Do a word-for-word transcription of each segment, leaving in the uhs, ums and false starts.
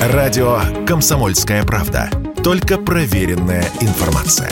Радио «Комсомольская правда». Только проверенная информация.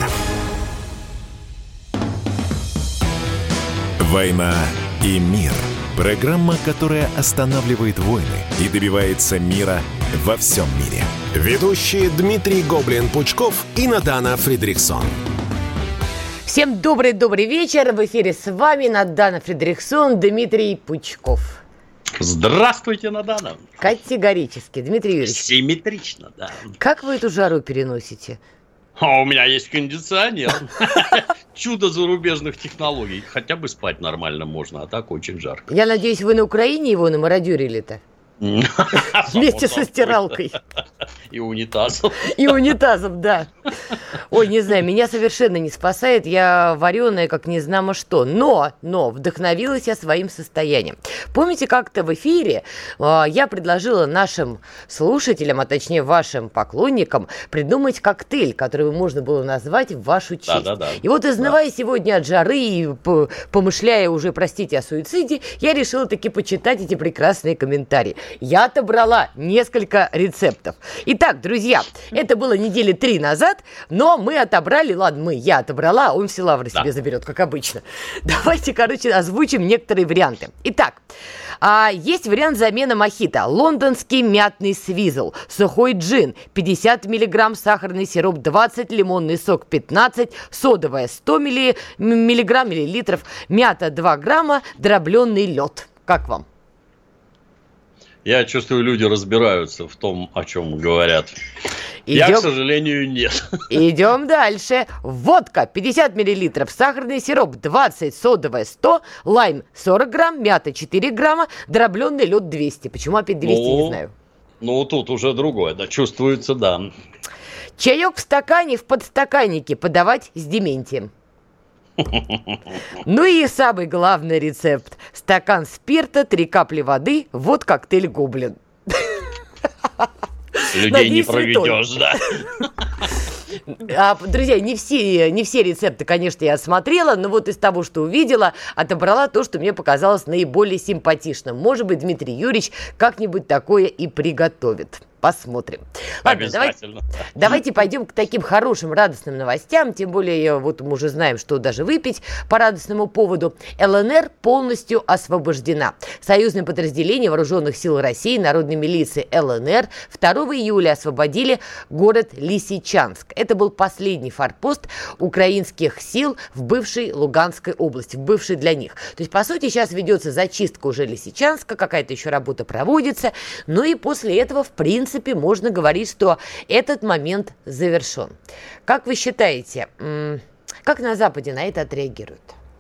«Война и мир». Программа, которая останавливает войны и добивается мира во всем мире. Ведущие Дмитрий Гоблин-Пучков и Надана Фридрихсон. Всем добрый-добрый вечер. В эфире с вами Надана Фридрихсон, Дмитрий Пучков. Здравствуйте, Надана. Категорически, Дмитрий Юрьевич. Симметрично, да. Как вы эту жару переносите? А у меня есть кондиционер. Чудо зарубежных технологий. Хотя бы спать нормально можно, а так очень жарко. Я надеюсь, вы на Украине его намародерили-то? Вместе со стиралкой. И унитазом. И унитазом, да. Ой, не знаю, меня совершенно не спасает. Я вареная, как не знамо что. Но, но, вдохновилась я своим состоянием. Помните, как-то в эфире э, я предложила нашим слушателям, а точнее вашим поклонникам, придумать коктейль, который можно было назвать в вашу честь. Да, да, да. И вот, изнывая да. сегодня от жары и помышляя уже, простите, о суициде, я решила таки почитать эти прекрасные комментарии. Я отобрала несколько рецептов. Итак, друзья, это было недели три назад, но мы отобрали, ладно, мы, я отобрала, а он все лавры да. себе заберет, как обычно. Давайте, короче, озвучим некоторые варианты. Итак, а, есть вариант замены мохито. Лондонский мятный свизл, сухой джин, пятьдесят миллиграмм сахарный сироп двадцать, лимонный сок пятнадцать, содовая сто миллиграмм, миллилитров, мята два грамма, дробленый лед. Как вам? Я чувствую, люди разбираются в том, о чем говорят. Идем... Я, к сожалению, нет. Идем дальше. Водка пятьдесят миллилитров, сахарный сироп двадцать, содовая сто, лайм сорок грамм, мята четыре грамма, дробленый лед двести. Почему опять двести, ну, не знаю. Ну, тут уже другое, да, чувствуется, да. Чаек в стакане в подстаканнике подавать с дементием. Ну и самый главный рецепт. Стакан спирта, три капли воды, вот коктейль Гоблин. Людей Надеюсь, не проведешь, да. А, друзья, не все, не все рецепты, конечно, я осмотрела, но вот из того, что увидела, отобрала то, что мне показалось наиболее симпатичным. Может быть, Дмитрий Юрьевич как-нибудь такое и приготовит. Посмотрим. Ладно, давайте, давайте пойдем к таким хорошим, радостным новостям. Тем более, вот мы уже знаем, что даже выпить по радостному поводу. ЛНР полностью освобождена. Союзные подразделения Вооруженных сил России, Народной милиции ЛНР второго июля освободили город Лисичанск. Это был последний форпост украинских сил в бывшей Луганской области, в бывшей для них. То есть, по сути, сейчас ведется зачистка уже Лисичанска, какая-то еще работа проводится. Ну и после этого, в принципе, В принципе, можно говорить, что этот момент завершен. Как вы считаете, как на Западе на это отреагируют?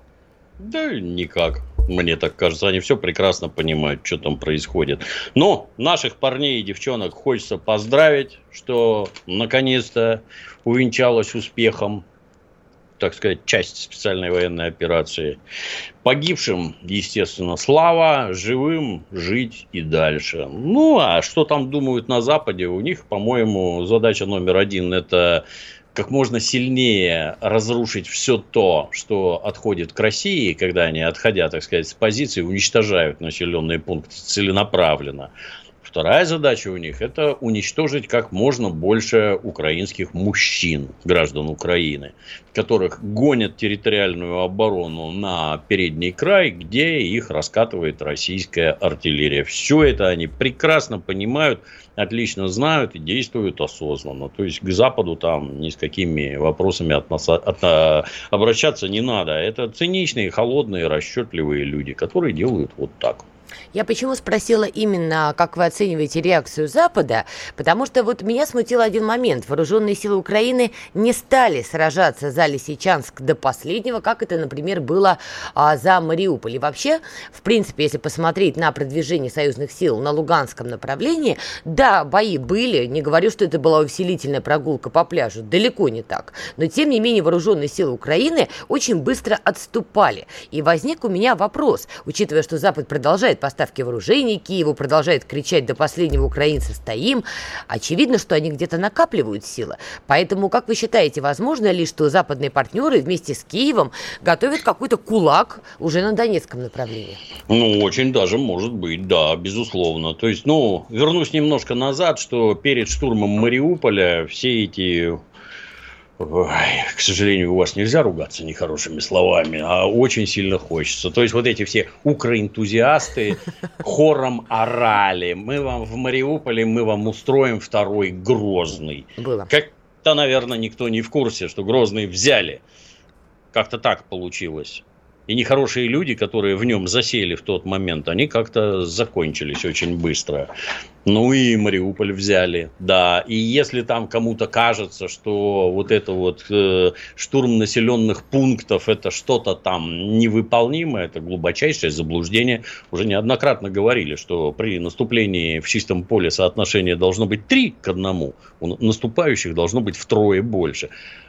Да никак. Мне так кажется, они все прекрасно понимают, что там происходит. Но наших парней и девчонок хочется поздравить, что наконец-то увенчалось успехом, так сказать, часть специальной военной операции. Погибшим, естественно, слава, живым жить и дальше. Ну, а что там думают на Западе? У них, по-моему, задача номер один – это как можно сильнее разрушить все то, что отходит к России, когда они, отходя, так сказать, с позиции, уничтожают населенные пункты целенаправленно. Вторая задача у них – это уничтожить как можно больше украинских мужчин, граждан Украины, которых гонят территориальную оборону на передний край, где их раскатывает российская артиллерия. Все это они прекрасно понимают, отлично знают и действуют осознанно. То есть, к Западу там ни с какими вопросами от нас, от, обращаться не надо. Это циничные, холодные, расчетливые люди, которые делают вот так. Я почему спросила именно, как вы оцениваете реакцию Запада, потому что вот меня смутил один момент. Вооруженные силы Украины не стали сражаться за Лисичанск до последнего, как это, например, было а, за Мариуполь. И вообще, в принципе, если посмотреть на продвижение союзных сил на Луганском направлении, да, бои были, не говорю, что это была увеселительная прогулка по пляжу, далеко не так. Но, тем не менее, вооруженные силы Украины очень быстро отступали. И возник у меня вопрос, учитывая, что Запад продолжает поставки вооружений Киеву, продолжает кричать «до последнего украинца стоим». Очевидно, что они где-то накапливают силы. Поэтому, как вы считаете, возможно ли, что западные партнеры вместе с Киевом готовят какой-то кулак уже на Донецком направлении? Ну, очень даже может быть, да, безусловно. То есть, ну, вернусь немножко назад, что перед штурмом Мариуполя все эти... Ой, к сожалению, у вас нельзя ругаться нехорошими словами, а очень сильно хочется. То есть, вот эти все укроэнтузиасты хором орали: мы вам в Мариуполе, мы вам устроим второй Грозный. Было. Как-то, наверное, никто не в курсе, что Грозный взяли. Как-то так получилось. И нехорошие люди, которые в нем засели в тот момент, они как-то закончились очень быстро. Ну и Мариуполь взяли, да. И если там кому-то кажется, что вот это вот э, штурм населенных пунктов, это что-то там невыполнимое, это глубочайшее заблуждение. Уже неоднократно говорили, что при наступлении в чистом поле соотношение должно быть три к одному. У наступающих должно быть втрое больше.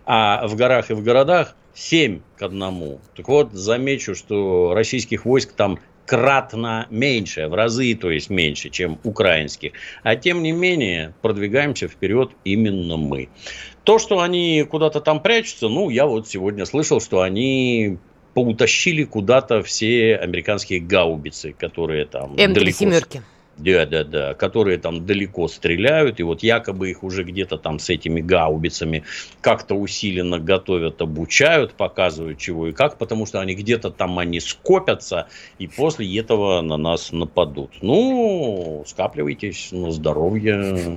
А в горах и в городах семь к одному. Так вот, замечу, что российских войск там кратно меньше, в разы, то есть меньше, чем украинских. А тем не менее, продвигаемся вперед именно мы. То, что они куда-то там прячутся, ну, я вот сегодня слышал, что они поутащили куда-то все американские гаубицы, которые там эм три далеко... семерки. Да, да, да, которые там далеко стреляют, и вот якобы их уже где-то там с этими гаубицами как-то усиленно готовят, обучают, показывают чего и как, потому что они где-то там они скопятся, и после этого на нас нападут. Ну, скапливайтесь на здоровье,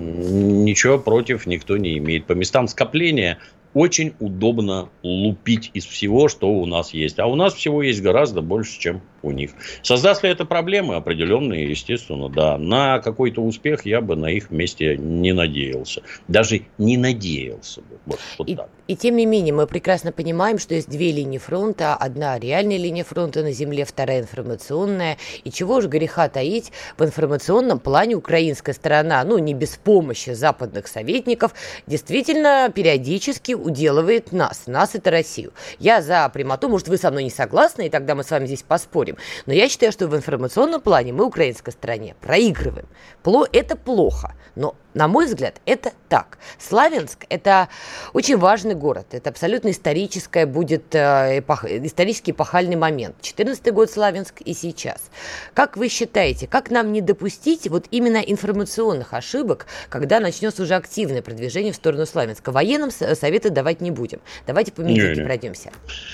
ничего против никто не имеет. По местам скопления очень удобно лупить из всего, что у нас есть. А у нас всего есть гораздо больше, чем у них. Создаст ли это проблемы? Определенные, естественно, да. На какой-то успех я бы на их месте не надеялся. Даже не надеялся бы. Вот, вот и, так. И тем не менее, мы прекрасно понимаем, что есть две линии фронта. Одна реальная линия фронта на земле, вторая информационная. И чего же греха таить, в информационном плане украинская сторона, ну, не без помощи западных советников, действительно периодически уделывает нас. Нас — это Россию. Я за прямоту, может, вы со мной не согласны, и тогда мы с вами здесь поспорим. Но я считаю, что в информационном плане мы украинской стороне проигрываем. Пло- это плохо, но, на мой взгляд, это так. Славянск – это очень важный город. Это абсолютно историческое будет, э, эпох, исторический эпохальный момент. четырнадцатый год Славянск и сейчас. Как вы считаете, как нам не допустить вот именно информационных ошибок, когда начнется уже активное продвижение в сторону Славянска? Военным советы давать не будем. Давайте по медике пройдемся.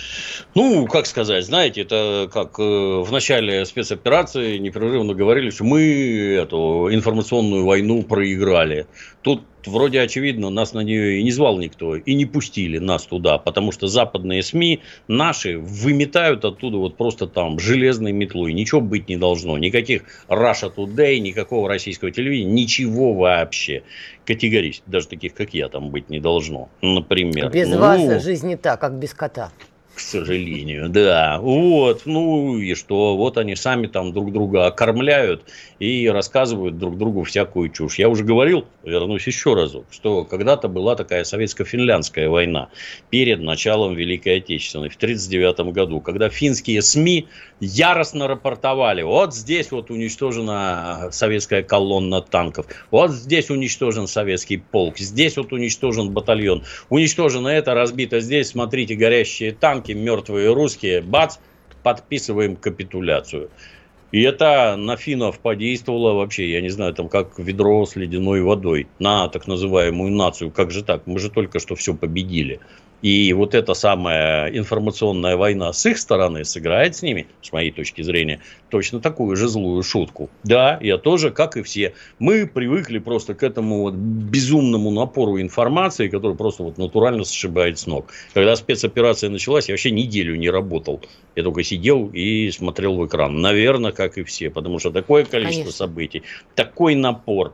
Ну, как сказать, знаете, это как э, в начале спецоперации непрерывно говорили, что мы эту информационную войну проиграли. Тут вроде очевидно, нас на нее и не звал никто, и не пустили нас туда, потому что западные СМИ наши выметают оттуда вот просто там железной метлой. Ничего быть не должно, никаких Russia Today, никакого российского телевидения, ничего вообще. Категорически, даже таких, как я, там быть не должно, например. Без ну, вас жизнь не так, как без кота. К сожалению, да. Вот, ну и что? Вот они сами там друг друга окормляют и рассказывают друг другу всякую чушь. Я уже говорил, вернусь еще разок, что когда-то была такая советско-финляндская война перед началом Великой Отечественной в тридцать девятом году, когда финские СМИ яростно рапортовали: вот здесь вот уничтожена советская колонна танков, вот здесь уничтожен советский полк, здесь вот уничтожен батальон, уничтожено это, разбито здесь, смотрите, горящие танки, мертвые русские, бац, подписываем капитуляцию. И это на финнов подействовало вообще, я не знаю, там как ведро с ледяной водой на так называемую нацию. Как же так? Мы же только что все победили. И вот эта самая информационная война с их стороны сыграет с ними, с моей точки зрения, точно такую же злую шутку. Да, я тоже, как и все. Мы привыкли просто к этому вот безумному напору информации, который просто вот натурально сшибает с ног. Когда спецоперация началась, я вообще неделю не работал. Я только сидел и смотрел в экран. Наверное, как и все. Потому что такое количество Конечно. событий, такой напор.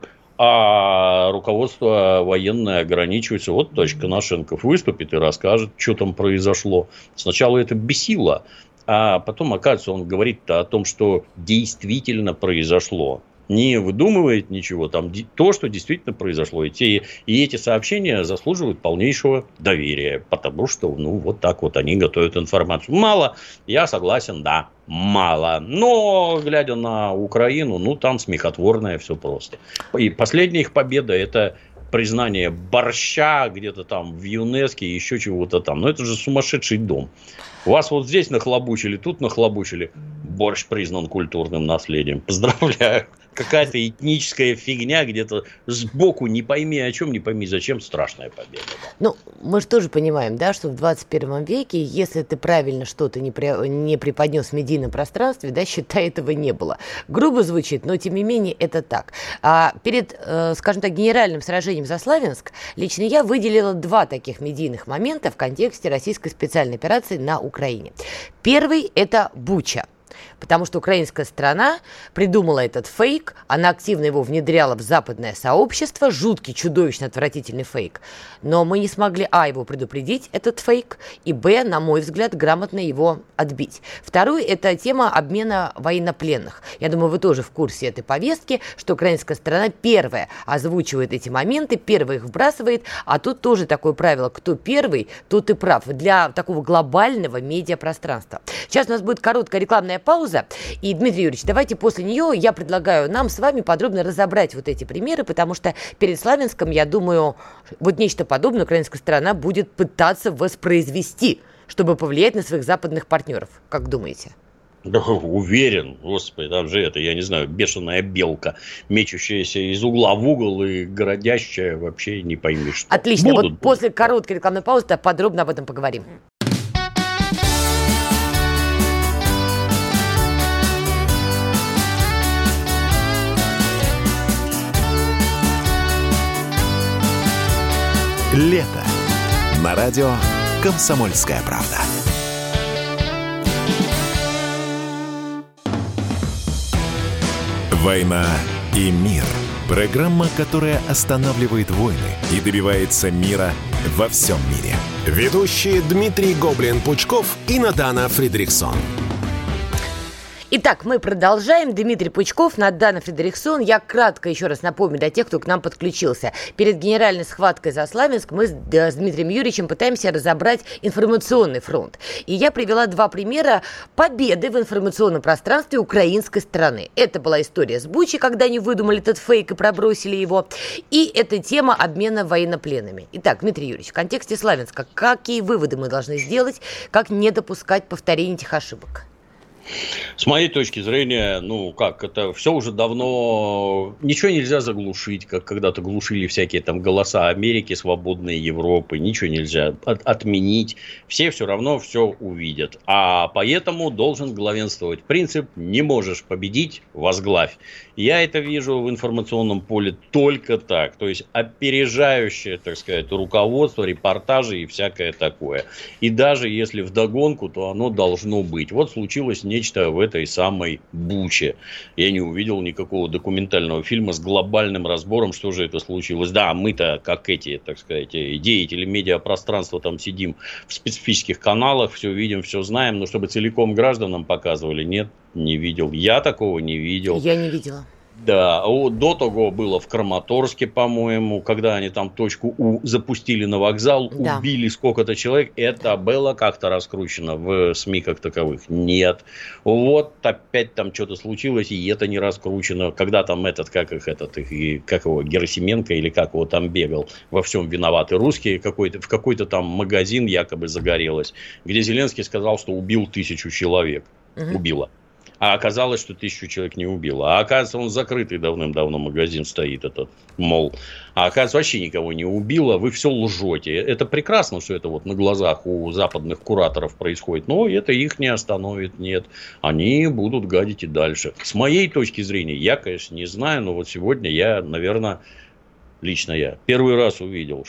А руководство военное ограничивается. Вот товарищ Коношенков выступит и расскажет, что там произошло. Сначала это бесило, а потом, оказывается, он говорит о том, что действительно произошло. не выдумывает ничего, там то, что действительно произошло. И, те, и эти сообщения заслуживают полнейшего доверия, потому что, ну, вот так вот они готовят информацию. Мало, я согласен, да, мало. Но, глядя на Украину, ну, там смехотворное все просто. И последняя их победа – это признание борща где-то там в ЮНЕСКО и еще чего-то там. Но это же сумасшедший дом. Вас вот здесь нахлобучили, тут нахлобучили. Борщ признан культурным наследием. Поздравляю. Какая-то этническая фигня где-то сбоку, не пойми о чем, не пойми зачем, страшная победа. Да. Ну, мы же тоже понимаем, да, что в двадцать первом веке, если ты правильно что-то не, при, не преподнес в медийном пространстве, да, считай, этого не было. Грубо звучит, но тем не менее это так. А перед, э, скажем так, генеральным сражением за Славянск лично я выделила два таких медийных момента в контексте российской специальной операции на Украине. Первый – это Буча. Потому что украинская сторона придумала этот фейк, она активно его внедряла в западное сообщество, жуткий, чудовищно отвратительный фейк. Но мы не смогли, а, его предупредить, этот фейк, и, б, на мой взгляд, грамотно его отбить. Второй – это тема обмена военнопленных. Я думаю, вы тоже в курсе этой повестки, что украинская сторона первая озвучивает эти моменты, первая их вбрасывает, а тут тоже такое правило, кто первый, тот и прав, для такого глобального медиапространства. Сейчас у нас будет короткая рекламная пауза. И, Дмитрий Юрьевич, давайте после нее я предлагаю нам с вами подробно разобрать вот эти примеры, потому что перед Славянском, я думаю, вот нечто подобное украинская сторона будет пытаться воспроизвести, чтобы повлиять на своих западных партнеров. Как думаете? Да, уверен, господи, там же это, я не знаю, бешеная белка, мечущаяся из угла в угол и городящая вообще не пойми что. Отлично, будут, вот будут. После короткой рекламной паузы подробно об этом поговорим. Лето. На радио «Комсомольская правда». «Война и мир». Программа, которая останавливает войны и добивается мира во всем мире. Ведущие Дмитрий Гоблин-Пучков и Надана Фридрихсон. Итак, мы продолжаем. Дмитрий Пучков, Надана Фридрихсон. Я кратко еще раз напомню для тех, кто к нам подключился. Перед генеральной схваткой за Славянск мы с, с Дмитрием Юрьевичем пытаемся разобрать информационный фронт. И я привела два примера победы в информационном пространстве украинской стороны. Это была история с Бучей, когда они выдумали этот фейк и пробросили его. И это тема обмена военнопленными. Итак, Дмитрий Юрьевич, в контексте Славянска, какие выводы мы должны сделать, как не допускать повторения этих ошибок? С моей точки зрения, ну как, это все уже давно, ничего нельзя заглушить, как когда-то глушили всякие там голоса Америки, свободной Европы, ничего нельзя от- отменить, все все равно все увидят. А поэтому должен главенствовать принцип «не можешь победить, возглавь». Я это вижу в информационном поле только так, то есть опережающее, так сказать, руководство, репортажи и всякое такое. И даже если вдогонку, то оно должно быть. Вот случилось нечто в этой самой Буче. Я не увидел никакого документального фильма с глобальным разбором, что же это случилось. Да, мы-то, как эти, так сказать, деятели медиапространства, там сидим в специфических каналах, все видим, все знаем, но чтобы целиком гражданам показывали, нет, не видел. Я такого не видел. Я не видела. Да, до того было в Краматорске, по-моему, когда они там точку У запустили на вокзал, да. Убили сколько-то человек. Это было как-то раскручено в СМИ как таковых? Нет. Вот опять там что-то случилось, и это не раскручено. Когда там этот, как их, этот, их, как его, Герасименко или как его там бегал, во всем виноваты русские, какой-то, в какой-то там магазин якобы загорелось, где Зеленский сказал, что убил тысячу человек. Угу. Убило. А оказалось, что тысячу человек не убило. А оказывается, он закрытый давным-давно магазин стоит, этот мол. А оказывается, вообще никого не убило. Вы все лжете. Это прекрасно, что это вот на глазах у западных кураторов происходит. Но это их не остановит, нет. Они будут гадить и дальше. С моей точки зрения, я, конечно, не знаю, но вот сегодня я, наверное... Лично я первый раз увидел,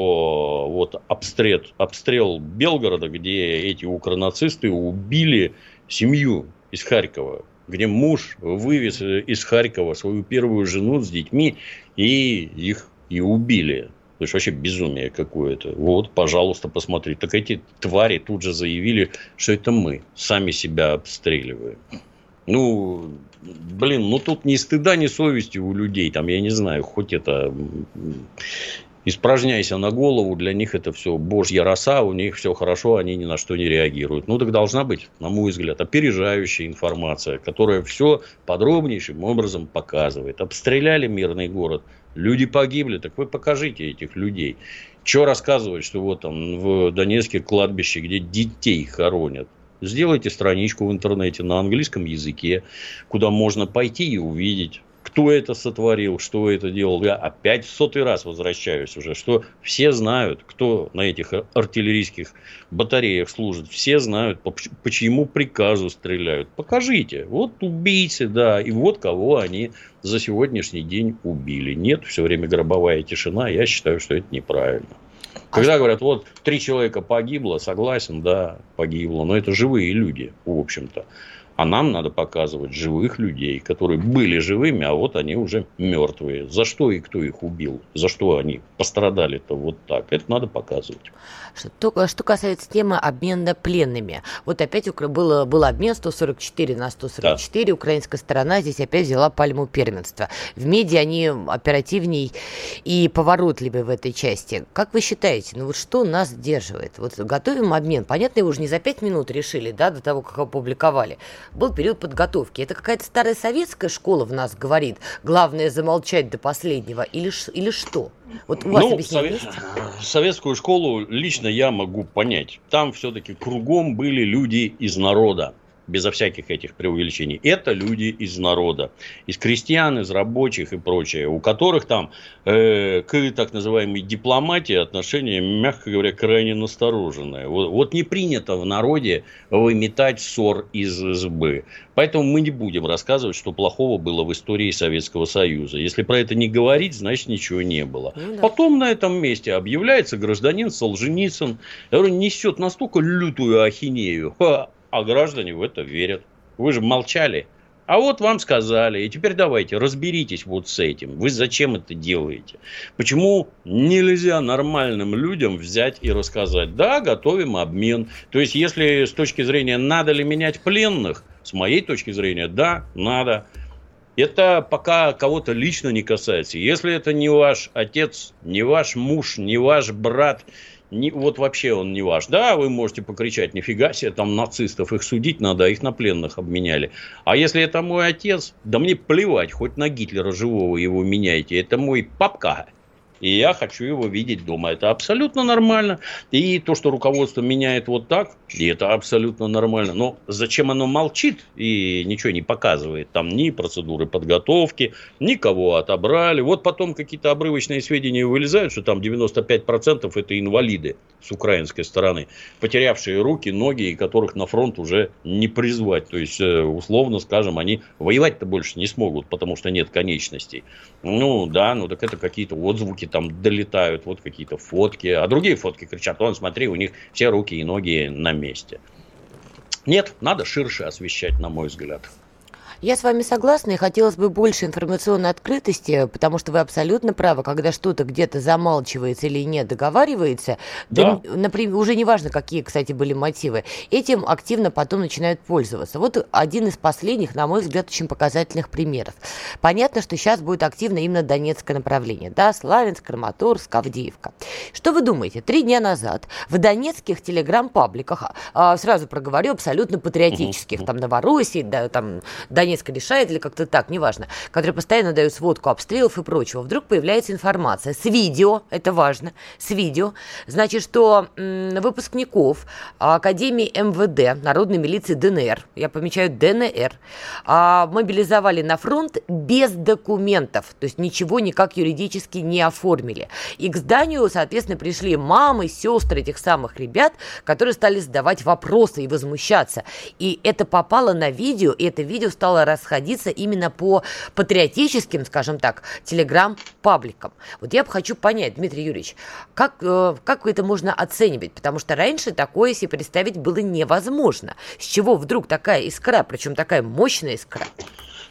что вот обстрел, обстрел Белгорода, где эти укронацисты убили семью из Харькова, где муж вывез из Харькова свою первую жену с детьми и их и убили. То есть вообще безумие какое-то. Вот, пожалуйста, посмотри. Так эти твари тут же заявили, что это мы сами себя обстреливаем. Ну, блин, ну тут ни стыда, ни совести у людей. Там, я не знаю, хоть это... Испражняйся на голову, для них это все божья роса, у них все хорошо, они ни на что не реагируют. Ну, так должна быть, на мой взгляд, опережающая информация, которая все подробнейшим образом показывает. Обстреляли мирный город, люди погибли, так вы покажите этих людей. Че рассказывать, что вот там в Донецке кладбище, где детей хоронят. Сделайте страничку в интернете на английском языке, куда можно пойти и увидеть, кто это сотворил, что это делал. Я опять в сотый раз возвращаюсь уже, что все знают, кто на этих артиллерийских батареях служит. Все знают, по, по чьему приказу стреляют. Покажите. Вот убийцы, да, и вот кого они за сегодняшний день убили. Нет, все время гробовая тишина. Я считаю, что это неправильно. Когда говорят, вот три человека погибло, согласен, да, погибло. Но это живые люди, в общем-то. А нам надо показывать живых людей, которые были живыми, а вот они уже мертвые. За что и кто их убил? За что они пострадали-то вот так? Это надо показывать. Что, что касается темы обмена пленными. Вот опять был, был обмен сто сорок четыре на сто сорок четыре. Да. Украинская сторона здесь опять взяла пальму первенства. В медиа они оперативней и поворотливее в этой части. Как вы считаете, ну вот что нас сдерживает? Вот готовим обмен. Понятно, его уже не за пять минут решили, да, до того, как опубликовали. Был период подготовки. Это какая-то старая советская школа в нас говорит, главное замолчать до последнего, или, или что? Вот у вас ну, объяснение совет... есть? Советскую школу лично я могу понять. Там все-таки кругом были люди из народа. Безо всяких этих преувеличений. Это люди из народа. Из крестьян, из рабочих и прочее. У которых там э, к так называемой дипломатии отношение, мягко говоря, крайне настороженное. Вот, вот не принято в народе выметать ссор из избы. Поэтому мы не будем рассказывать, что плохого было в истории Советского Союза. Если про это не говорить, значит ничего не было. Ну, да. Потом на этом месте объявляется гражданин Солженицын. Я говорю, несет настолько лютую ахинею. Ха! А граждане в это верят. Вы же молчали. А вот вам сказали. И теперь давайте разберитесь вот с этим. Вы зачем это делаете? Почему нельзя нормальным людям взять и рассказать? Да, готовим обмен. То есть, если с точки зрения, надо ли менять пленных, с моей точки зрения, да, надо. Это пока кого-то лично не касается. Если это не ваш отец, не ваш муж, не ваш брат, Не, вот вообще он не ваш. Да, вы можете покричать, нифига себе, там нацистов, их судить надо, их на пленных обменяли. А если это мой отец, да мне плевать, хоть на Гитлера живого его меняйте. Это мой папка, и я хочу его видеть дома. Это абсолютно нормально. И то, что руководство меняет вот так, и это абсолютно нормально. Но зачем оно молчит и ничего не показывает? Там ни процедуры подготовки, никого отобрали. Вот потом какие-то обрывочные сведения вылезают, что там девяносто пять процентов это инвалиды с украинской стороны, потерявшие руки, ноги, и которых на фронт уже не призвать. То есть, условно скажем, они воевать-то больше не смогут, потому что нет конечностей. Ну да, ну так это какие-то отзвуки там долетают, вот какие-то фотки. А другие фотки кричат, вон, смотри, у них все руки и ноги на месте. Нет, надо ширше освещать, на мой взгляд. Я с вами согласна, и хотелось бы больше информационной открытости, потому что вы абсолютно правы, когда что-то где-то замалчивается или не договаривается, да. Да, например, уже не важно, какие, кстати, были мотивы, этим активно потом начинают пользоваться. Вот один из последних, на мой взгляд, очень показательных примеров. Понятно, что сейчас будет активно именно Донецкое направление, да, Славянск, Краматорск, Авдеевка. Что вы думаете? Три дня назад в донецких телеграм-пабликах, а, сразу проговорю, абсолютно патриотических, угу. там Новороссии, да, там Донецк решает или как-то так, неважно, которые постоянно дают сводку обстрелов и прочего, вдруг появляется информация с видео, это важно, с видео, значит, что м, выпускников Академии эм вэ дэ, Народной милиции дэ эн эр, я помечаю дэ эн эр, а, мобилизовали на фронт без документов, то есть ничего никак юридически не оформили. И к зданию, соответственно, пришли мамы, сестры этих самых ребят, которые стали задавать вопросы и возмущаться. И это попало на видео, и это видео стало расходиться именно по патриотическим, скажем так, телеграм-пабликам. Вот я бы хочу понять, Дмитрий Юрьевич, как, э, как это можно оценивать? Потому что раньше такое себе представить было невозможно. С чего вдруг такая искра, причем такая мощная искра?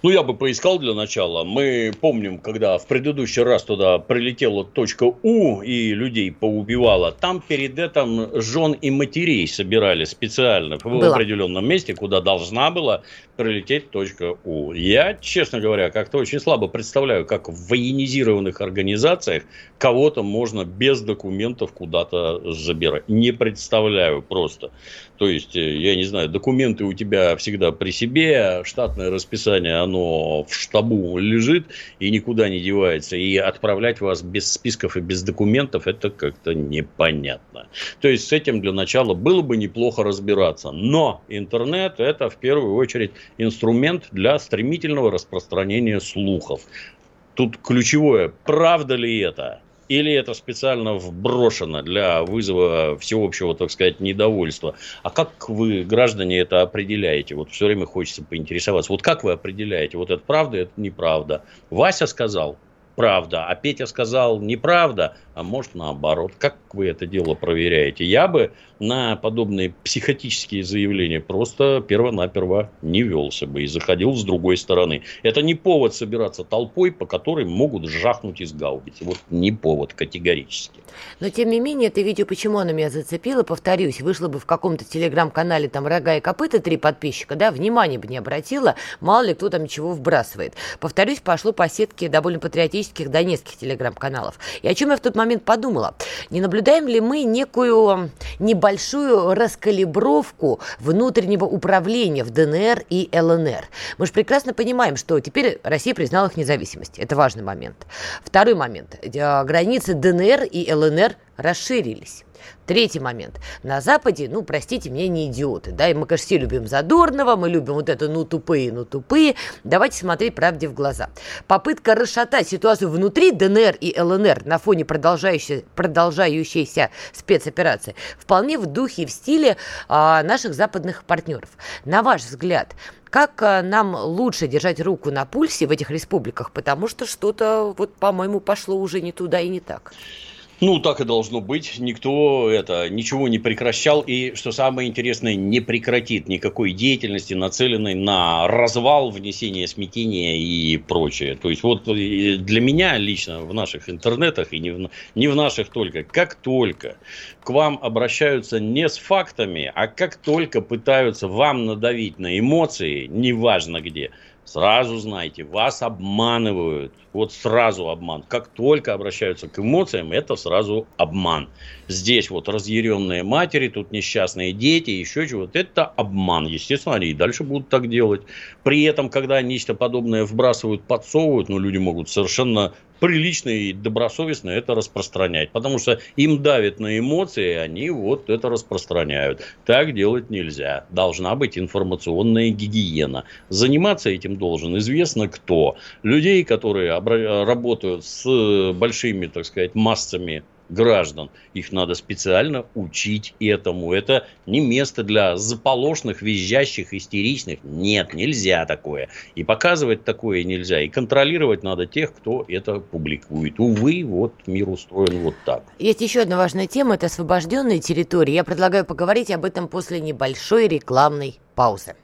Ну, я бы поискал для начала. Мы помним, когда в предыдущий раз туда прилетела точка У и людей поубивала, там перед этим жен и матерей собирали специально в Было. определенном месте, куда должна была прилететь точка У. Я, честно говоря, как-то очень слабо представляю, как в военизированных организациях кого-то можно без документов куда-то забирать. Не представляю просто. То есть, я не знаю, документы у тебя всегда при себе, штатное расписание, оно в штабу лежит и никуда не девается. И отправлять вас без списков и без документов, это как-то непонятно. То есть, с этим для начала было бы неплохо разбираться. Но интернет – это в первую очередь инструмент для стремительного распространения слухов. Тут ключевое, правда ли это? Или это специально вброшено для вызова всеобщего, так сказать, недовольства? А как вы, граждане, это определяете? Вот все время хочется поинтересоваться. Вот как вы определяете? Вот это правда, это неправда. Вася сказал правда, а Петя сказал неправда, а может наоборот. Как вы это дело проверяете? Я бы на подобные психотические заявления просто перво-наперво не велся бы и заходил с другой стороны. Это не повод собираться толпой, по которой могут жахнуть из гаубицы. Вот не повод категорически. Но, тем не менее, это видео, почему оно меня зацепило, повторюсь, вышло бы в каком-то телеграм-канале там «Рога и копыта», три подписчика, да, внимания бы не обратила, мало ли кто там чего вбрасывает. Повторюсь, пошло по сетке довольно патриотических донецких телеграм-каналов. И о чем я в тот момент подумала? Не наблюдаем ли мы некую небольшую раскалибровку внутреннего управления в ДНР и ЛНР? Мы же прекрасно понимаем, что теперь Россия признала их независимость. Это важный момент. Второй момент. Границы ДНР и ЛНР расширились. Третий момент. На Западе, ну, простите меня, не идиоты, да, и мы, конечно, все любим Задорнова, мы любим вот это «ну тупые, ну тупые». Давайте смотреть правде в глаза. Попытка расшатать ситуацию внутри ДНР и ЛНР на фоне продолжающейся, продолжающейся спецоперации вполне в духе и в стиле а, наших западных партнеров. На ваш взгляд, как а, нам лучше держать руку на пульсе в этих республиках, потому что что-то, вот, по-моему, пошло уже не туда и не так. Ну, так и должно быть. Никто это ничего не прекращал. И, что самое интересное, не прекратит никакой деятельности, нацеленной на развал, внесение смятения и прочее. То есть, вот для меня лично в наших интернетах, и не в, не в наших только, как только к вам обращаются не с фактами, а как только пытаются вам надавить на эмоции, неважно где, сразу знайте, вас обманывают. Вот сразу обман. Как только обращаются к эмоциям, это сразу обман. Здесь вот разъяренные матери, тут несчастные дети, еще чего-то. Это обман. Естественно, они и дальше будут так делать. При этом, когда нечто подобное вбрасывают, подсовывают, ну, люди могут совершенно прилично и добросовестно это распространять. Потому что им давят на эмоции, и они вот это распространяют. Так делать нельзя. Должна быть информационная гигиена. Заниматься этим должен известно кто. Людей, которые работают с большими, так сказать, массами граждан. Их надо специально учить этому. Это не место для заполошных, визжащих, истеричных. Нет, нельзя такое. И показывать такое нельзя. И контролировать надо тех, кто это публикует. Увы, вот мир устроен вот так. Есть еще одна важная тема. Это освобожденные территории. Я предлагаю поговорить об этом после небольшой рекламной паузы.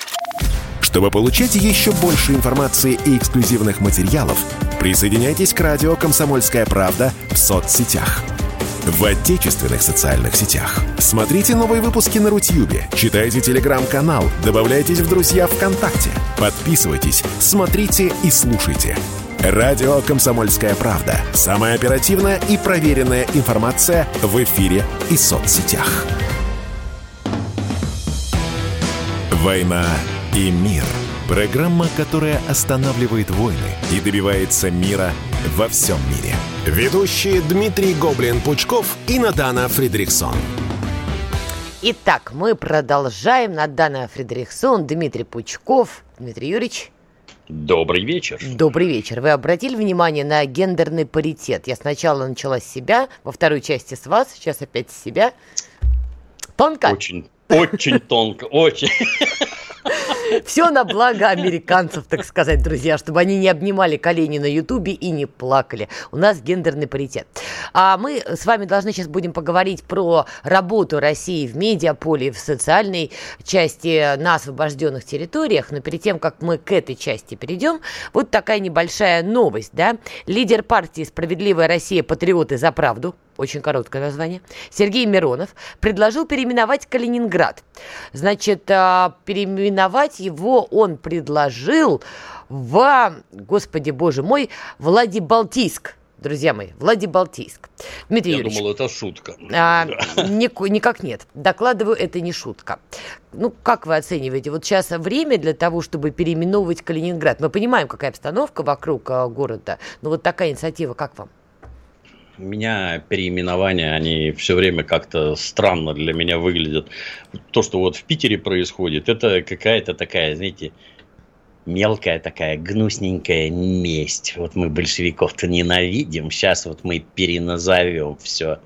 Чтобы получать еще больше информации и эксклюзивных материалов, присоединяйтесь к радио «Комсомольская правда» в соцсетях. В отечественных социальных сетях. Смотрите новые выпуски на Рутьюбе, читайте телеграм-канал, добавляйтесь в друзья ВКонтакте, подписывайтесь, смотрите и слушайте. Радио «Комсомольская правда». Самая оперативная и проверенная информация в эфире и соцсетях. «Война и мир». Программа, которая останавливает войны и добивается мира во всем мире. Ведущие Дмитрий Гоблин-Пучков и Надана Фридрихсон. Итак, мы продолжаем. Надана Фридрихсон, Дмитрий Пучков. Дмитрий Юрьевич. Добрый вечер. Добрый вечер. Вы обратили внимание на гендерный паритет? Я сначала начала с себя, во второй части с вас, сейчас опять с себя. Тонко? Очень, очень тонко, очень. Все на благо американцев, так сказать, друзья, чтобы они не обнимали колени на Ютубе и не плакали. У нас гендерный паритет. А мы с вами должны сейчас будем поговорить про работу России в медиаполе, в социальной части на освобожденных территориях. Но перед тем, как мы к этой части перейдем, вот такая небольшая новость, да. Лидер партии «Справедливая Россия. Патриоты за правду», очень короткое название, Сергей Миронов предложил переименовать Калининград. Значит, переименовать его он предложил в, господи боже мой, Владибалтийск. Друзья мои, Владибалтийск. Дмитрий Я Юрьевич, думал, это шутка. А, ни, никак нет. Докладываю, это не шутка. Ну, как вы оцениваете? Вот сейчас время для того, чтобы переименовывать Калининград. Мы понимаем, какая обстановка вокруг а, города, но вот такая инициатива, как вам? У меня переименования, они все время как-то странно для меня выглядят. То, что вот в Питере происходит, это какая-то такая, знаете, мелкая такая гнусненькая месть. Вот мы большевиков-то ненавидим, сейчас вот мы переназовем все.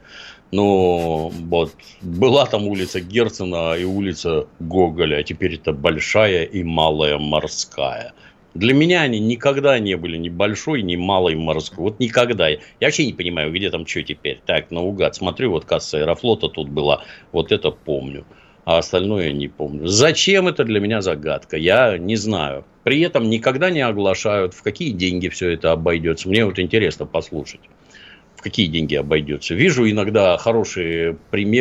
Ну, вот, была там улица Герцена и улица Гоголя, а теперь это Большая и Малая Морская. Для меня они никогда не были ни большой, ни малой морской. Вот никогда. Я вообще не понимаю, где там что теперь. Так, наугад смотрю, вот касса Аэрофлота тут была. Вот это помню. А остальное не помню. Зачем это, для меня загадка. Я не знаю. При этом никогда не оглашают, в какие деньги все это обойдется. Мне вот интересно послушать. В какие деньги обойдется. Вижу иногда хорошие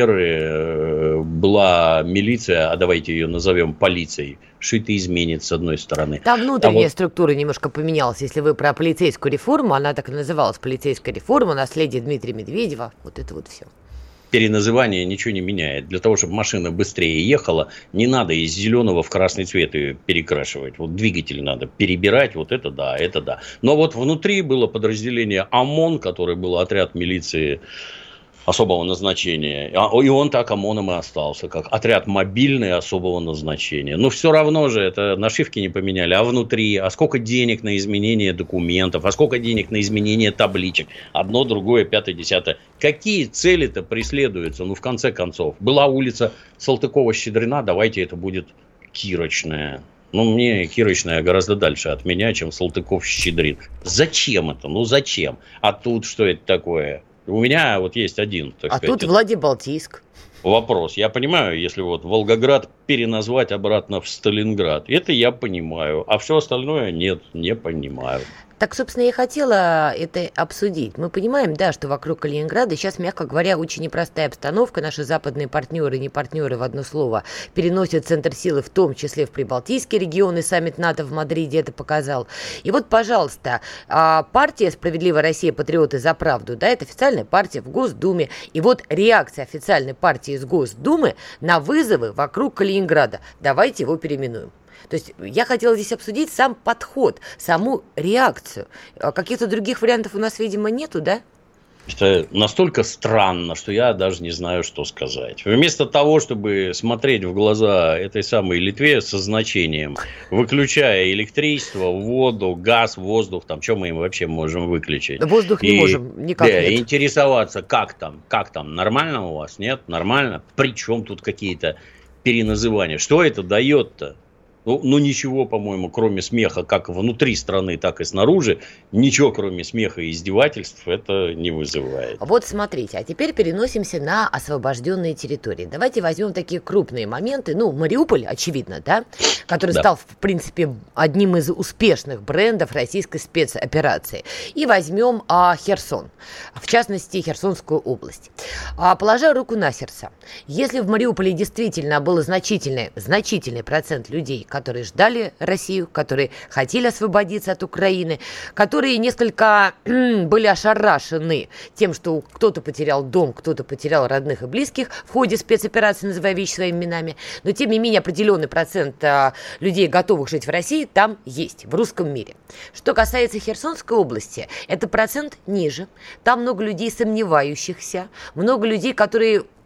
примеры. Была милиция, а давайте ее назовем полицией. Что это изменит, с одной стороны. Там внутренняя а вот... структура немножко поменялась. Если вы про полицейскую реформу, она так и называлась, полицейская реформа, наследие Дмитрия Медведева. Вот это вот все. Переназывание ничего не меняет. Для того, чтобы машина быстрее ехала, не надо из зеленого в красный цвет ее перекрашивать. Вот двигатель надо перебирать, вот это да, это да. Но вот внутри было подразделение ОМОН, который был отряд милиции особого назначения. И он так ОМОНом и остался, как отряд мобильный особого назначения. Но все равно же это нашивки не поменяли, а внутри, а сколько денег на изменение документов, а сколько денег на изменение табличек, одно, другое, пятое, десятое. Какие цели-то преследуются? Ну, в конце концов, была улица Салтыкова-Щедрина, давайте это будет Кирочная. Ну, мне Кирочная гораздо дальше от меня, чем Салтыков-Щедрин. Зачем это? Ну, зачем? А тут что это такое? У меня вот есть один, так а сказать, тут Владибалтийск. Вопрос. Я понимаю, если вот Волгоград переназвать обратно в Сталинград, это я понимаю, а все остальное нет, не понимаю. Так, собственно, я и хотела это обсудить. Мы понимаем, да, что вокруг Калининграда сейчас, мягко говоря, очень непростая обстановка. Наши западные партнеры, не партнеры в одно слово, переносят центр силы, в том числе в Прибалтийский регион, и саммит НАТО в Мадриде это показал. И вот, пожалуйста, партия «Справедливая Россия. Патриоты за правду», да, это официальная партия в Госдуме. И вот реакция официальной партии из Госдумы на вызовы вокруг Калининграда. Давайте его переименуем. То есть я хотела здесь обсудить сам подход, саму реакцию. Каких-то других вариантов у нас, видимо, нету, да? Это настолько странно, что я даже не знаю, что сказать. Вместо того, чтобы смотреть в глаза этой самой Литве со значением, выключая электричество, воду, газ, воздух, там, что мы им вообще можем выключить? Воздух и, не можем, никак да, нет. Интересоваться, как там, как там, нормально у вас, нет, нормально? Причем тут какие-то переназывания? Что это дает-то? Ну, ну, ничего, по-моему, кроме смеха, как внутри страны, так и снаружи, ничего, кроме смеха и издевательств, это не вызывает. Вот смотрите, а теперь переносимся на освобожденные территории. Давайте возьмем такие крупные моменты. Ну, Мариуполь, очевидно, да, который да. стал, в принципе, одним из успешных брендов российской спецоперации. И возьмем а, Херсон, в частности, Херсонскую область. А, положа руку на сердце, если в Мариуполе действительно был значительный, значительный процент людей, которые ждали Россию, которые хотели освободиться от Украины, которые несколько были ошарашены тем, что кто-то потерял дом, кто-то потерял родных и близких в ходе спецоперации, называя вещи своими именами. Но, тем не менее, определенный процент а, людей, готовых жить в России, там есть, в русском мире. Что касается Херсонской области, это процент ниже. Там много людей сомневающихся, много людей, которые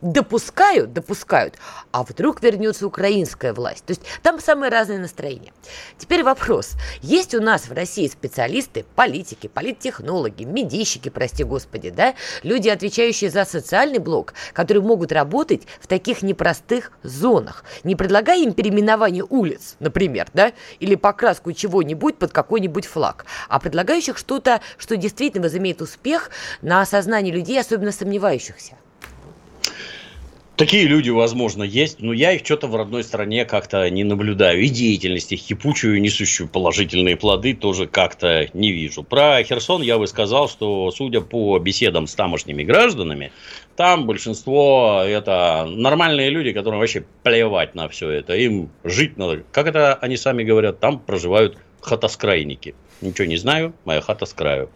допускают, допускают, а вдруг вернется украинская власть. То есть там самые разные настроения. Теперь вопрос. Есть у нас в России специалисты, политики, политтехнологи, медийщики, прости господи, да, люди, отвечающие за социальный блок, которые могут работать в таких непростых зонах, не предлагая им переименование улиц, например, да, или покраску чего-нибудь под какой-нибудь флаг, а предлагающих что-то, что действительно возымеет успех на осознании людей, особенно сомневающихся. Такие люди, возможно, есть, но я их что-то в родной стране как-то не наблюдаю. И деятельности кипучую, несущую положительные плоды, тоже как-то не вижу. Про Херсон я бы сказал, что, судя по беседам с тамошними гражданами, там большинство это нормальные люди, которым вообще плевать на все это. Им жить надо. Как это они сами говорят, там проживают хатоскрайники. Ничего не знаю, моя хата с краю.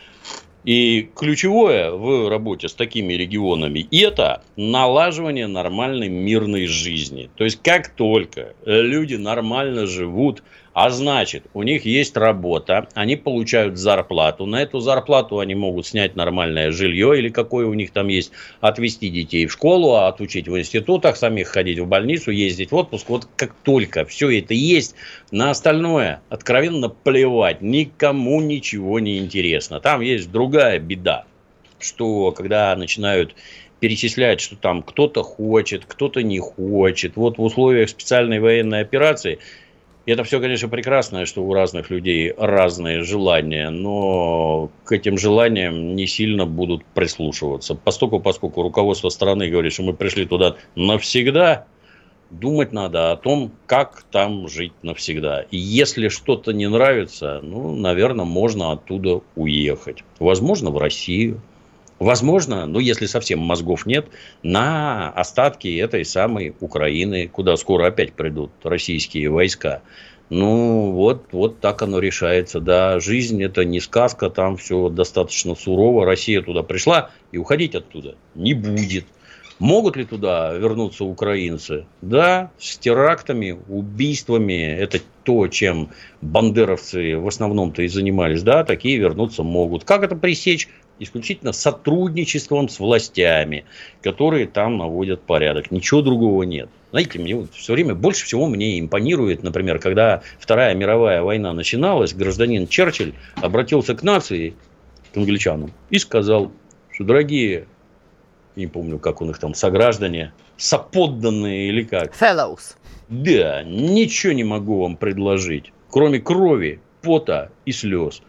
И ключевое в работе с такими регионами – это налаживание нормальной мирной жизни. То есть, как только люди нормально живут, а значит, у них есть работа, они получают зарплату. На эту зарплату они могут снять нормальное жилье или какое у них там есть, отвезти детей в школу, отучить в институтах, самих ходить в больницу, ездить в отпуск. Вот как только все это есть, на остальное откровенно плевать, никому ничего не интересно. Там есть другая беда, что когда начинают перечислять, что там кто-то хочет, кто-то не хочет, вот в условиях специальной военной операции. Это все, конечно, прекрасно, что у разных людей разные желания, но к этим желаниям не сильно будут прислушиваться. Поскольку, поскольку руководство страны говорит, что мы пришли туда навсегда, думать надо о том, как там жить навсегда. И если что-то не нравится, ну, наверное, можно оттуда уехать. Возможно, в Россию. Возможно, ну, если совсем мозгов нет, на остатки этой самой Украины, куда скоро опять придут российские войска. Ну, вот, вот так оно решается. Да, жизнь – это не сказка, там все достаточно сурово. Россия туда пришла, и уходить оттуда не будет. Могут ли туда вернуться украинцы? Да, с терактами, убийствами. Это то, чем бандеровцы в основном-то и занимались. Да, такие вернуться могут. Как это пресечь? Исключительно сотрудничеством с властями, которые там наводят порядок. Ничего другого нет. Знаете, мне вот все время больше всего мне импонирует, например, когда Вторая мировая война начиналась, гражданин Черчилль обратился к нации, к англичанам, и сказал, что, дорогие, не помню, как у них там, сограждане, соподданные или как. Fellows. Да, ничего не могу вам предложить, кроме крови, пота и слез.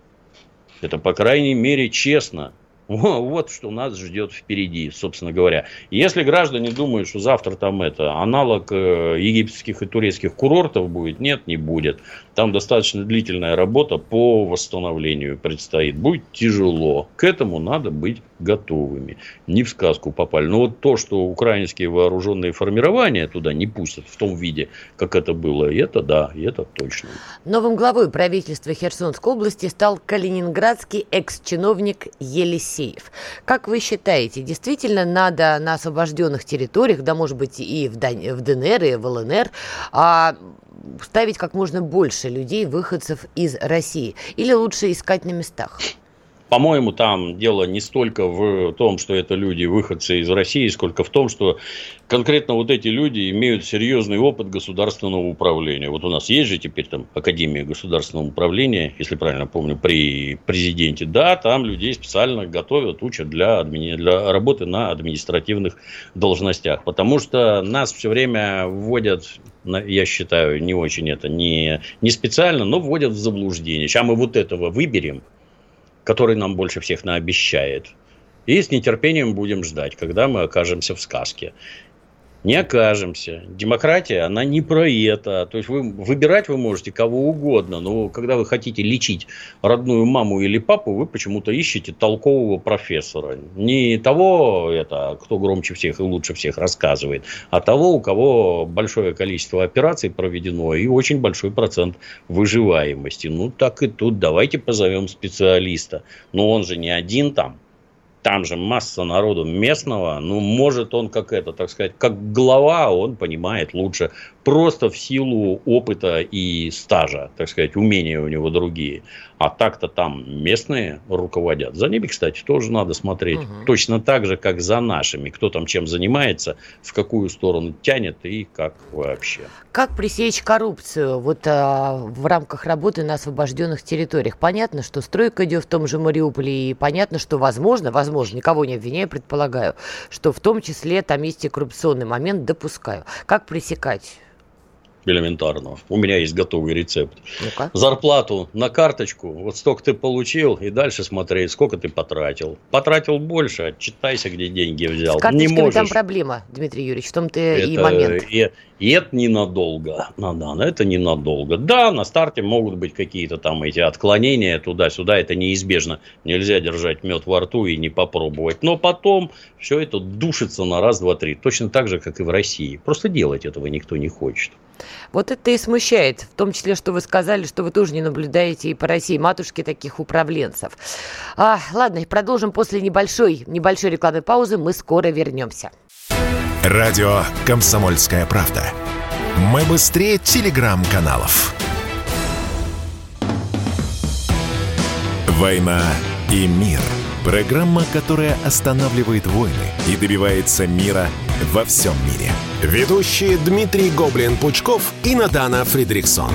Это, по крайней мере, честно. Вот что нас ждет впереди, собственно говоря. Если граждане думают, что завтра там это аналог египетских и турецких курортов будет, нет, не будет. Там достаточно длительная работа по восстановлению предстоит. Будет тяжело. К этому надо быть готовыми. Не в сказку попали. Но вот то, что украинские вооруженные формирования туда не пустят в том виде, как это было, это да, это точно. Новым главой правительства Херсонской области стал калининградский экс-чиновник Елисеев. Как вы считаете, действительно надо на освобожденных территориях, да, может быть, и в ДНР, и в ЛНР, а ставить как можно больше людей, выходцев из России? Или лучше искать на местах? По-моему, там дело не столько в том, что это люди, выходцы из России, сколько в том, что конкретно вот эти люди имеют серьезный опыт государственного управления. Вот у нас есть же теперь там Академия государственного управления, если правильно помню, при президенте. Да, там людей специально готовят, учат для, админи... для работы на административных должностях. Потому что нас все время вводят, я считаю, не очень это, не, не специально, но вводят в заблуждение. Сейчас мы вот этого выберем, который нам больше всех наобещает. И с нетерпением будем ждать, когда мы окажемся в сказке. Не окажемся. Демократия, она не про это. То есть, вы, выбирать вы можете кого угодно, но когда вы хотите лечить родную маму или папу, вы почему-то ищете толкового профессора. Не того, это, кто громче всех и лучше всех рассказывает, а того, у кого большое количество операций проведено и очень большой процент выживаемости. Ну, так и тут. Давайте позовем специалиста. Но он же не один там. там же масса народу местного, ну, может он как это, так сказать, как глава, он понимает лучше. Просто в силу опыта и стажа, так сказать, умения у него другие. А так-то там местные руководят. За ними, кстати, тоже надо смотреть. Угу. Точно так же, как за нашими. Кто там чем занимается, в какую сторону тянет и как вообще. Как пресечь коррупцию вот а, в рамках работы на освобожденных территориях? Понятно, что стройка идет в том же Мариуполе, и понятно, что возможно, возможно, никого не обвиняю, предполагаю, что в том числе там есть и коррупционный момент, допускаю. Как пресекать? Элементарного. У меня есть готовый рецепт. Ну-ка. Зарплату на карточку, вот столько ты получил, и дальше смотреть, сколько ты потратил. Потратил больше, отчитайся, где деньги взял. С карточками не можешь. Там проблема, Дмитрий Юрьевич, в том-то это, и момент. И, и это ненадолго. Да, да, это ненадолго. Да, на старте могут быть какие-то там эти отклонения туда-сюда, это неизбежно. Нельзя держать мед во рту и не попробовать. Но потом все это душится на раз, два, три. Точно так же, как и в России. Просто делать этого никто не хочет. Вот это и смущает, в том числе, что вы сказали, что вы тоже не наблюдаете и по России матушки таких управленцев. А, ладно, продолжим после небольшой, небольшой рекламной паузы. Мы скоро вернемся. Радио «Комсомольская правда». Мы быстрее телеграм-каналов. «Война и мир». Программа, которая останавливает войны и добивается мира во всем мире. Ведущие Дмитрий Гоблин-Пучков и Надана Фридрихсон.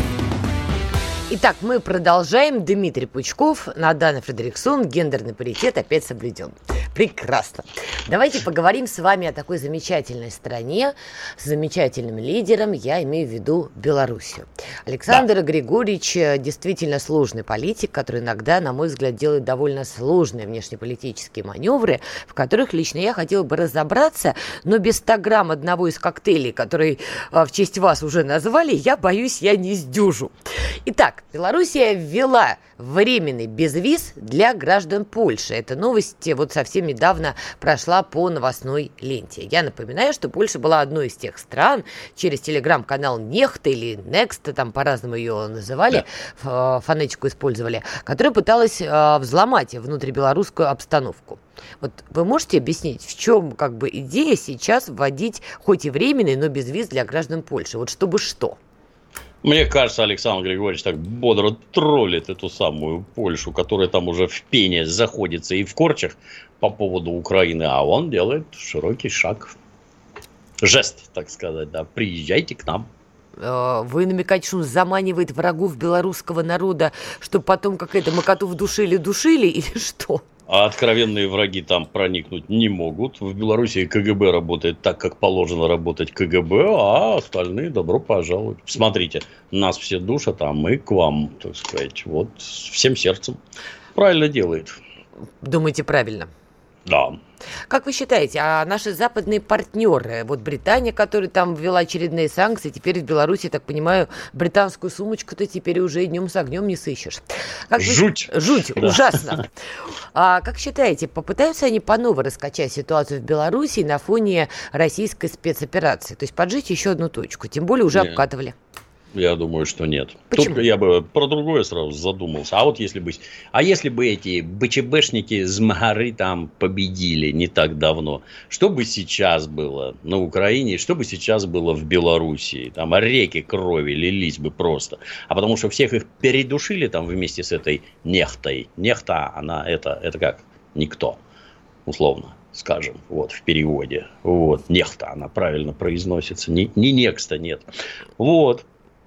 Итак, мы продолжаем. Дмитрий Пучков, Надана Фридрихсон. Гендерный паритет опять соблюден. Прекрасно. Давайте поговорим с вами о такой замечательной стране с замечательным лидером. Я имею в виду Белоруссию. Александр да. Григорьевич действительно сложный политик, который иногда, на мой взгляд, делает довольно сложные внешнеполитические маневры, в которых лично я хотела бы разобраться, но без ста грамм одного из коктейлей, который в честь вас уже назвали, я боюсь, я не сдюжу. Итак, Белоруссия ввела временный безвиз для граждан Польши. Эта новость вот совсем недавно прошла по новостной ленте. Я напоминаю, что Польша была одной из тех стран, через телеграм-канал Нехта или Некста, там по-разному ее называли, да. фонетику использовали, которая пыталась взломать внутрибелорусскую обстановку. Вот вы можете объяснить, в чем как бы идея сейчас вводить хоть и временный, но безвиз для граждан Польши? Вот чтобы что? Мне кажется, Александр Григорьевич так бодро троллит эту самую Польшу, которая там уже в пене заходится и в корчах по поводу Украины, а он делает широкий шаг. Жест, так сказать, да. Приезжайте к нам. Вы намекаете, что он заманивает врагов белорусского народа, чтобы потом как это, мы котов душили-душили или что? А откровенные враги там проникнуть не могут. В Беларуси КГБ работает так, как положено работать КГБ, а остальные добро пожаловать. Смотрите, нас все душат, а мы к вам, так сказать, вот всем сердцем. Правильно делает. Думаете, правильно? Да. Как вы считаете, а наши западные партнеры, вот Британия, которая там ввела очередные санкции, теперь в Беларуси, так понимаю, британскую сумочку-то теперь уже и днем с огнем не сыщешь. Как жуть. Вы... Жуть, да. Ужасно. А как считаете, попытаются они по новой раскачать ситуацию в Беларуси на фоне российской спецоперации? То есть поджечь еще одну точку, тем более уже Нет. обкатывали. Я думаю, что нет. Почему? Тут я бы про другое сразу задумался. А вот если бы, а если бы эти БЧБшники с Магары там победили не так давно, что бы сейчас было на Украине, что бы сейчас было в Белоруссии? Там реки крови лились бы просто. А потому что всех их передушили там вместе с этой Нехтой. Нехта, она это, это как? Никто, условно. Скажем, вот в переводе. Вот, Нехта, она правильно произносится. Не, не Некста, нет. Вот.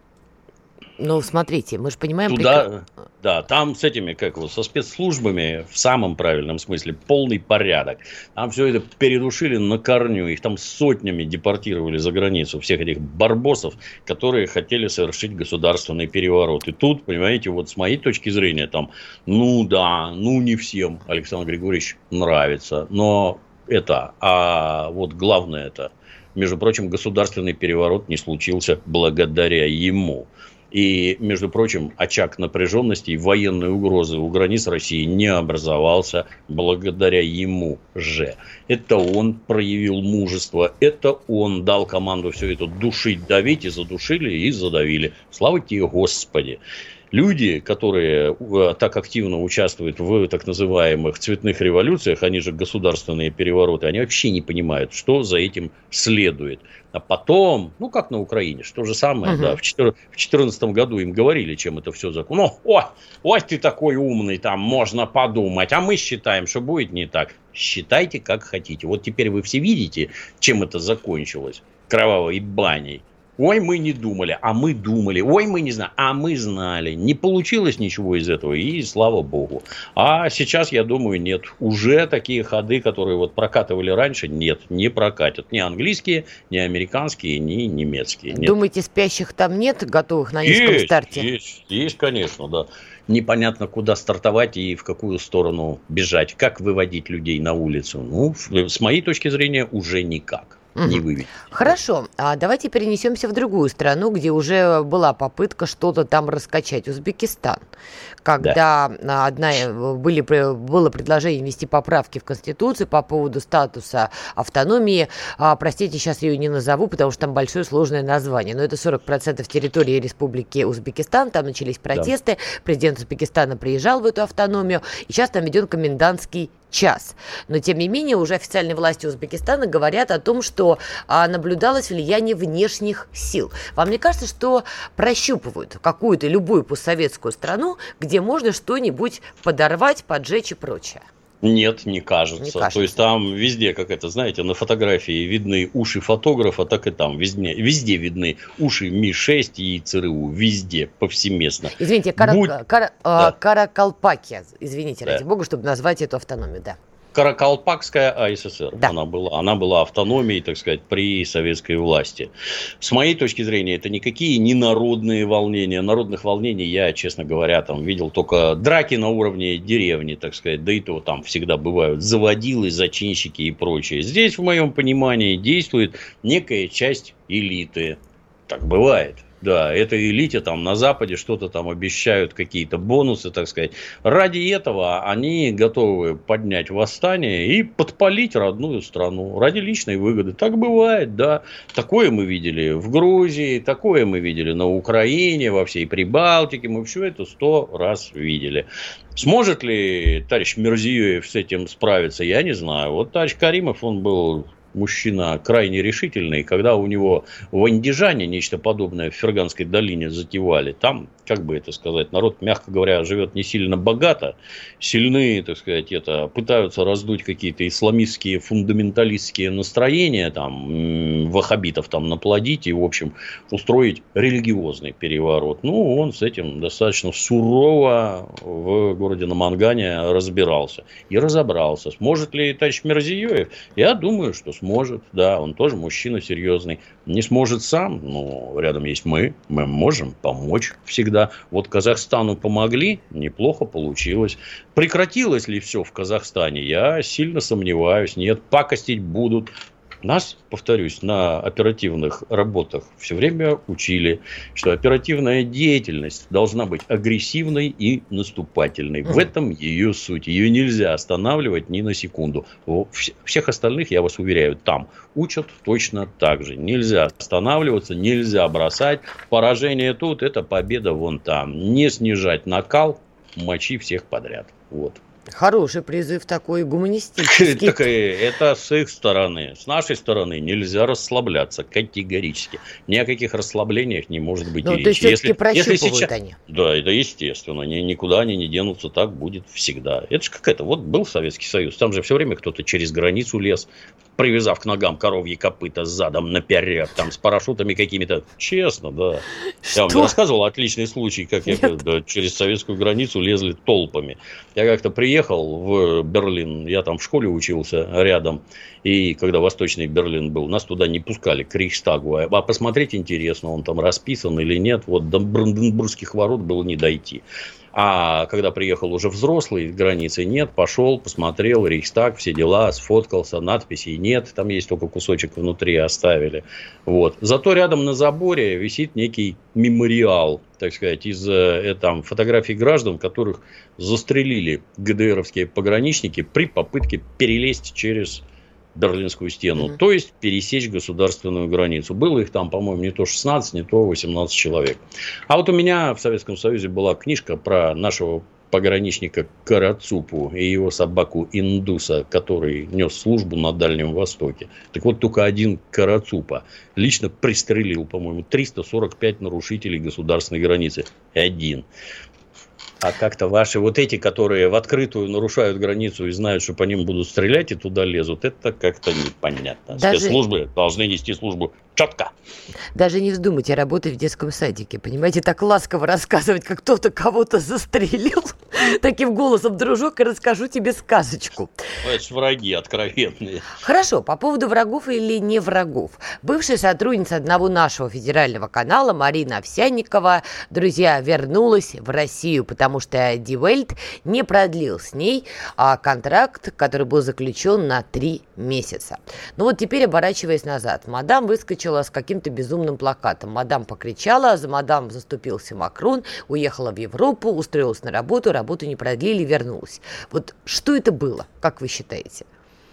Ну, смотрите, мы же понимаем... Туда, прикол... да, там с этими, как вот, со спецслужбами в самом правильном смысле полный порядок. Там все это передушили на корню. Их там сотнями депортировали за границу. Всех этих барбосов, которые хотели совершить государственный переворот. И тут, понимаете, вот с моей точки зрения, там, ну да, ну не всем Александр Григорьевич нравится. Но это, а вот главное это, между прочим, государственный переворот не случился благодаря ему. И, между прочим, очаг напряженности и военной угрозы у границ России не образовался благодаря ему же. Это он проявил мужество, это он дал команду все это душить, давить, и задушили, и задавили. Слава тебе, Господи! Люди, которые так активно участвуют в так называемых цветных революциях, они же государственные перевороты, они вообще не понимают, что за этим следует. А потом, ну, как на Украине, что же самое, угу. да, в две тысячи четырнадцатом году им говорили, чем это все закончилось. Ну, ой, ой, ты такой умный, там, можно подумать, а мы считаем, что будет не так. Считайте, как хотите. Вот теперь вы все видите, чем это закончилось. Кровавой баней. Ой, мы не думали, а мы думали. Ой, мы не знали, а мы знали. Не получилось ничего из этого, и слава богу. А сейчас, я думаю, нет. Уже такие ходы, которые вот прокатывали раньше, нет, не прокатят. Ни английские, ни американские, ни немецкие. Нет. Думаете, спящих там нет, готовых на низком есть, старте? Есть, есть, конечно, да. Непонятно, куда стартовать и в какую сторону бежать. Как выводить людей на улицу? Ну, с моей точки зрения, уже никак. Не выведет. Хорошо, а давайте перенесемся в другую страну, где уже была попытка что-то там раскачать. Узбекистан. Когда да. одна, были, было предложение внести поправки в Конституцию по поводу статуса автономии. А, простите, сейчас ее не назову, потому что там большое сложное название. Но это сорок процентов территории Республики Узбекистан. Там начались протесты. Да. Президент Узбекистана приезжал в эту автономию. И сейчас там введен комендантский час. Но, тем не менее, уже официальные власти Узбекистана говорят о том, что а, наблюдалось влияние внешних сил. Вам не кажется, что прощупывают какую-то любую постсоветскую страну, где можно что-нибудь подорвать, поджечь и прочее? Нет, не кажется. не кажется. То есть там везде, как это, знаете, на фотографии видны уши фотографа, так и там везде, везде видны уши Ми шесть и ЦРУ. Везде, повсеместно. Извините, Кара... Будь... Кара... да. Каракалпакия, извините, да. ради бога, чтобы назвать эту автономию, да. Каракалпакская АССР. Да. Она была, она была автономией, так сказать, при советской власти. С моей точки зрения, это никакие не народные волнения. Народных волнений я, честно говоря, там видел только драки на уровне деревни, так сказать. Да и то там всегда бывают заводилы, зачинщики и прочее. Здесь, в моем понимании, действует некая часть элиты. Так бывает. Да, этой элите там на Западе что-то там обещают, какие-то бонусы, так сказать. Ради этого они готовы поднять восстание и подпалить родную страну. Ради личной выгоды. Так бывает, да. Такое мы видели в Грузии, такое мы видели на Украине, во всей Прибалтике. Мы все это сто раз видели. Сможет ли товарищ Мирзиёев с этим справиться, я не знаю. Вот товарищ Каримов, он был... мужчина крайне решительный, когда у него в Андижане нечто подобное в Ферганской долине затевали, там, как бы это сказать, народ, мягко говоря, живет не сильно богато, сильные, так сказать, это пытаются раздуть какие-то исламистские, фундаменталистские настроения, там, ваххабитов там наплодить и, в общем, устроить религиозный переворот. Ну, он с этим достаточно сурово в городе Намангане разбирался и разобрался. Сможет ли товарищ Мирзиёев? Я думаю, что сможет, да, он тоже мужчина серьезный. Не сможет сам, но рядом есть мы, мы можем помочь всегда. Вот Казахстану помогли, неплохо получилось. Прекратилось ли все в Казахстане? Я сильно сомневаюсь. Нет, пакостить будут. Нас, повторюсь, на оперативных работах все время учили, что оперативная деятельность должна быть агрессивной и наступательной. В этом ее суть. Ее нельзя останавливать ни на секунду. Всех остальных, я вас уверяю, там учат точно так же. Нельзя останавливаться, нельзя бросать. Поражение тут, это победа вон там. Не снижать накал, мочи всех подряд. Вот. Хороший призыв такой, гуманистический. Это с их стороны. С нашей стороны нельзя расслабляться категорически. Ни о каких расслаблениях не может быть ну, речи. То есть, все-таки прощупывают сейчас... они. Да, это естественно. Никуда они не денутся. Так будет всегда. Это же какая-то... Вот был Советский Союз. Там же все время кто-то через границу лез, привязав к ногам коровьи копыта задом наперед. Там с парашютами какими-то. Честно, да. Что? Я вам рассказывал отличный случай, как я да, через советскую границу лезли толпами. Я как-то приехал в Берлин, я там в школе учился рядом, и когда Восточный Берлин был, нас туда не пускали, к Рейхстагу, а посмотреть интересно, он там расписан или нет, вот до Бранденбургских ворот было не дойти. А когда приехал уже взрослый, границы нет, пошел, посмотрел, Рейхстаг, все дела, сфоткался, надписей нет, там есть только кусочек внутри оставили. Вот. Зато рядом на заборе висит некий мемориал, так сказать, из э, там, фотографий граждан, которых застрелили ГДРовские пограничники при попытке перелезть через Берлинскую стену, Mm-hmm. то есть пересечь государственную границу. Было их там, по-моему, не то шестнадцать, не то восемнадцать человек. А вот у меня в Советском Союзе была книжка про нашего пограничника Карацупу и его собаку Индуса, который нес службу на Дальнем Востоке. Так вот, только один Карацупа лично пристрелил, по-моему, триста сорок пять нарушителей государственной границы. Один. А как-то ваши вот эти, которые в открытую нарушают границу и знают, что по ним будут стрелять и туда лезут, это как-то непонятно. Даже... Спецслужбы должны нести службу четко. Даже не вздумайте работать в детском садике, понимаете, так ласково рассказывать, как кто-то кого-то застрелил. Таким голосом, дружок, и расскажу тебе сказочку. Это ж враги откровенные. Хорошо, по поводу врагов или не врагов. Бывшая сотрудница одного нашего федерального канала Марина Овсянникова, друзья, вернулась в Россию, потому что Die Welt не продлил с ней а, контракт, который был заключен на три месяца. Ну вот теперь, оборачиваясь назад, мадам выскочила с каким-то безумным плакатом. Мадам покричала, за мадам заступился Макрон, уехала в Европу, устроилась на работу, работу не продлили, вернулась. Вот что это было, как вы считаете?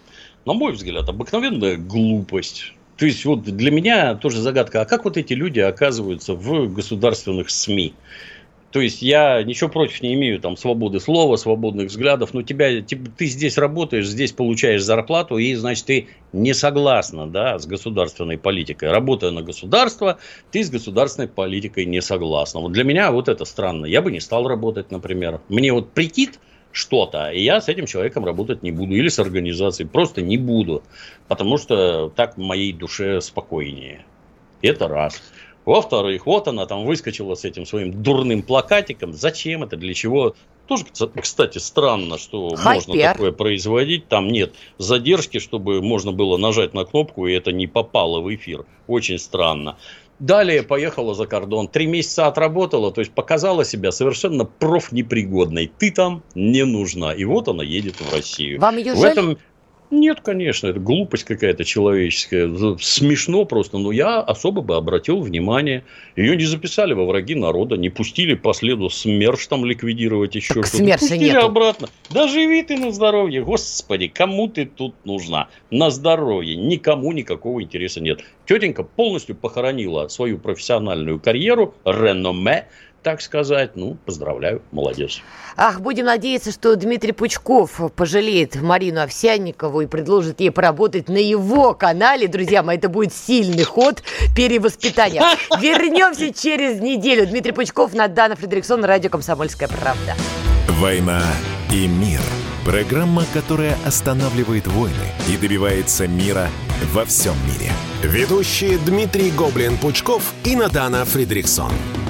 На мой взгляд, обыкновенная глупость. То есть, вот для меня тоже загадка, а как вот эти люди оказываются в государственных СМИ? То есть, я ничего против не имею там свободы слова, свободных взглядов, но тебя, ты здесь работаешь, здесь получаешь зарплату, и, значит, ты не согласна, да, с государственной политикой. Работая на государство, ты с государственной политикой не согласна. Вот для меня вот это странно. Я бы не стал работать, например. Мне вот прикид что-то, и я с этим человеком работать не буду. Или с организацией. Просто не буду. Потому что так в моей душе спокойнее. Это раз. Во-вторых, вот она там выскочила с этим своим дурным плакатиком. Зачем это? Для чего? Тоже, кстати, странно, что Хайпер. Можно такое производить. Там нет задержки, чтобы можно было нажать на кнопку, и это не попало в эфир. Очень странно. Далее поехала за кордон. Три месяца отработала, то есть показала себя совершенно профнепригодной. Ты там не нужна. И вот она едет в Россию. Вам ее в жаль? этом... Нет, конечно, это глупость какая-то человеческая. Смешно просто, но я особо бы обратил внимание. Ее не записали во враги народа, не пустили по следу СМЕРШ там ликвидировать еще так что-то. СМЕРШа Пустили нету. обратно. Да живи ты на здоровье. Господи, кому ты тут нужна? На здоровье. Никому никакого интереса нет. Тетенька полностью похоронила свою профессиональную карьеру, реноме, так сказать. Ну, поздравляю, молодец. Ах, будем надеяться, что Дмитрий Пучков пожалеет Марину Овсянникову и предложит ей поработать на его канале. Друзья мои, это будет сильный ход перевоспитания. Вернемся через неделю. Дмитрий Пучков, Надана Фридрихсон, радио «Комсомольская правда». «Война и мир». Программа, которая останавливает войны и добивается мира во всем мире. Ведущие Дмитрий Гоблин-Пучков и Надана Фридрихсон.